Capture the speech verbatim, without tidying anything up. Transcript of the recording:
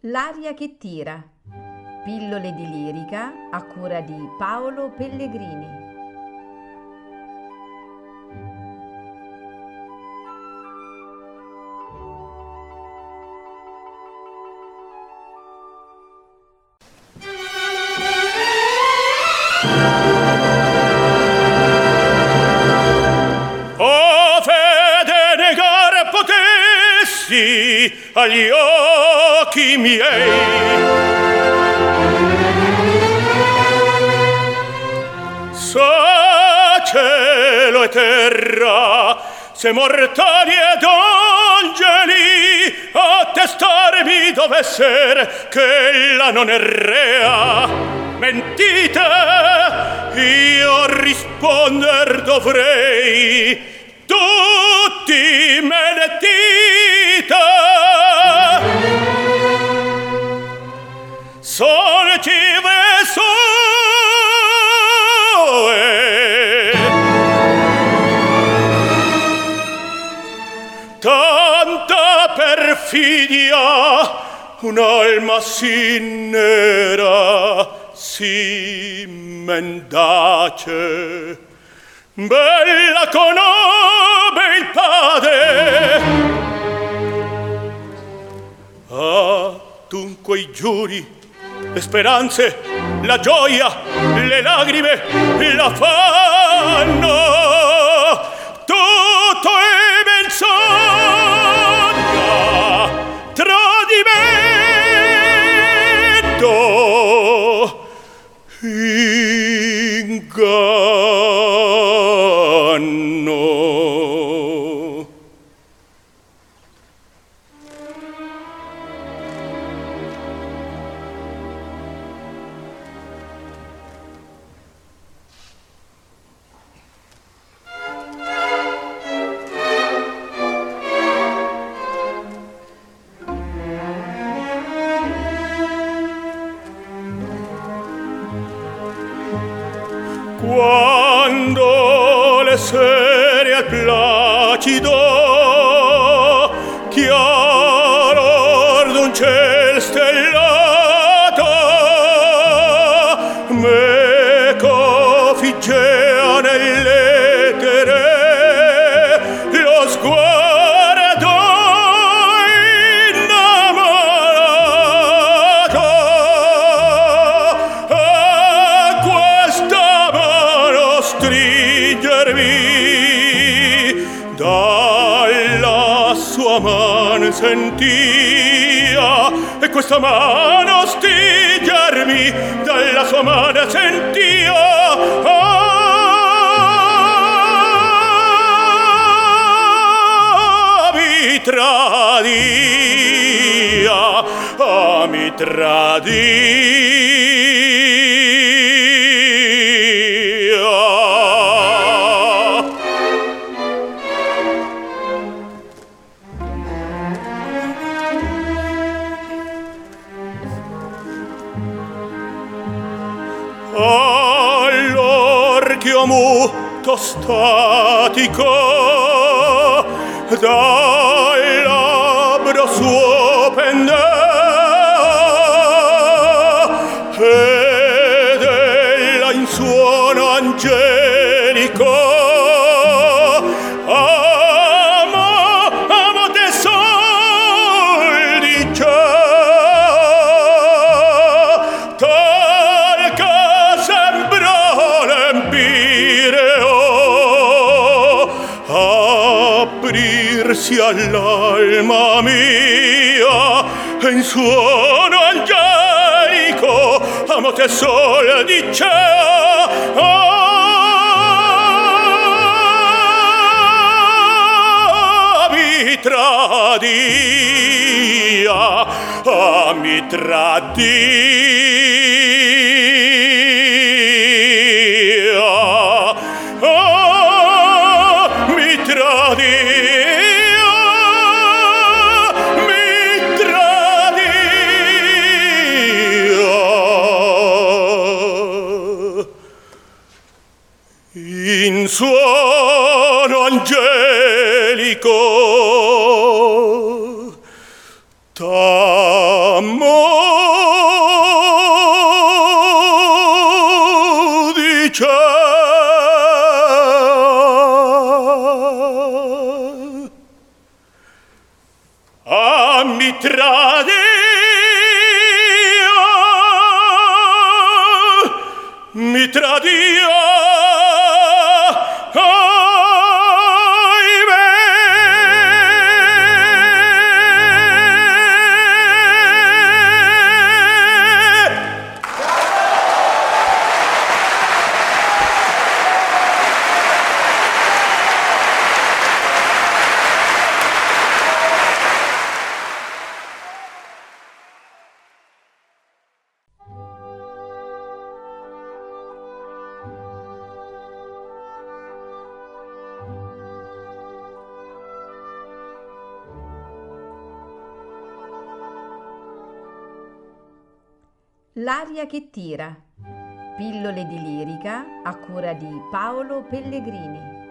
L'aria che tira. Pillole di lirica a cura di Paolo Pellegrini. O fede negar potessi agli occhi miei, sa cielo e terra, se mortali ed angeli attestarmi dovesser che ella non è rea, mentite, io risponder dovrei, tutti me ne dite. Son cive sue, tanta perfidia, un'alma sì nera, sì mendace, bella conobbe il padre. Ah, dunque i giuri, le speranze, la gioia, le lagrime, l'affanno, tutto è menzogna, tradimento, inganno. Quando le sere al placido chiaro d'un ciel stellato meco figgea nell'etere lo sguardo innamorato, a questa mano stringermi, dalla sua man sentia, e questa mano stringermi, dalla sua mano sentia. Ah, mi tradia, ah, mi tradia. Allor ch'io muto statico dal labbro suo pendea ed ella in suono angelico amo, amo te sol dicea, tal che sembra l'empireo aprirsi all'alma mia e in suono angelico amo te sol dicea. Ah, mi tradia, ah, mi tradia, ah, mi tradia, mi tradia. In suono angelico t'amo tradia. L'aria che tira. Pillole di lirica a cura di Paolo Pellegrini.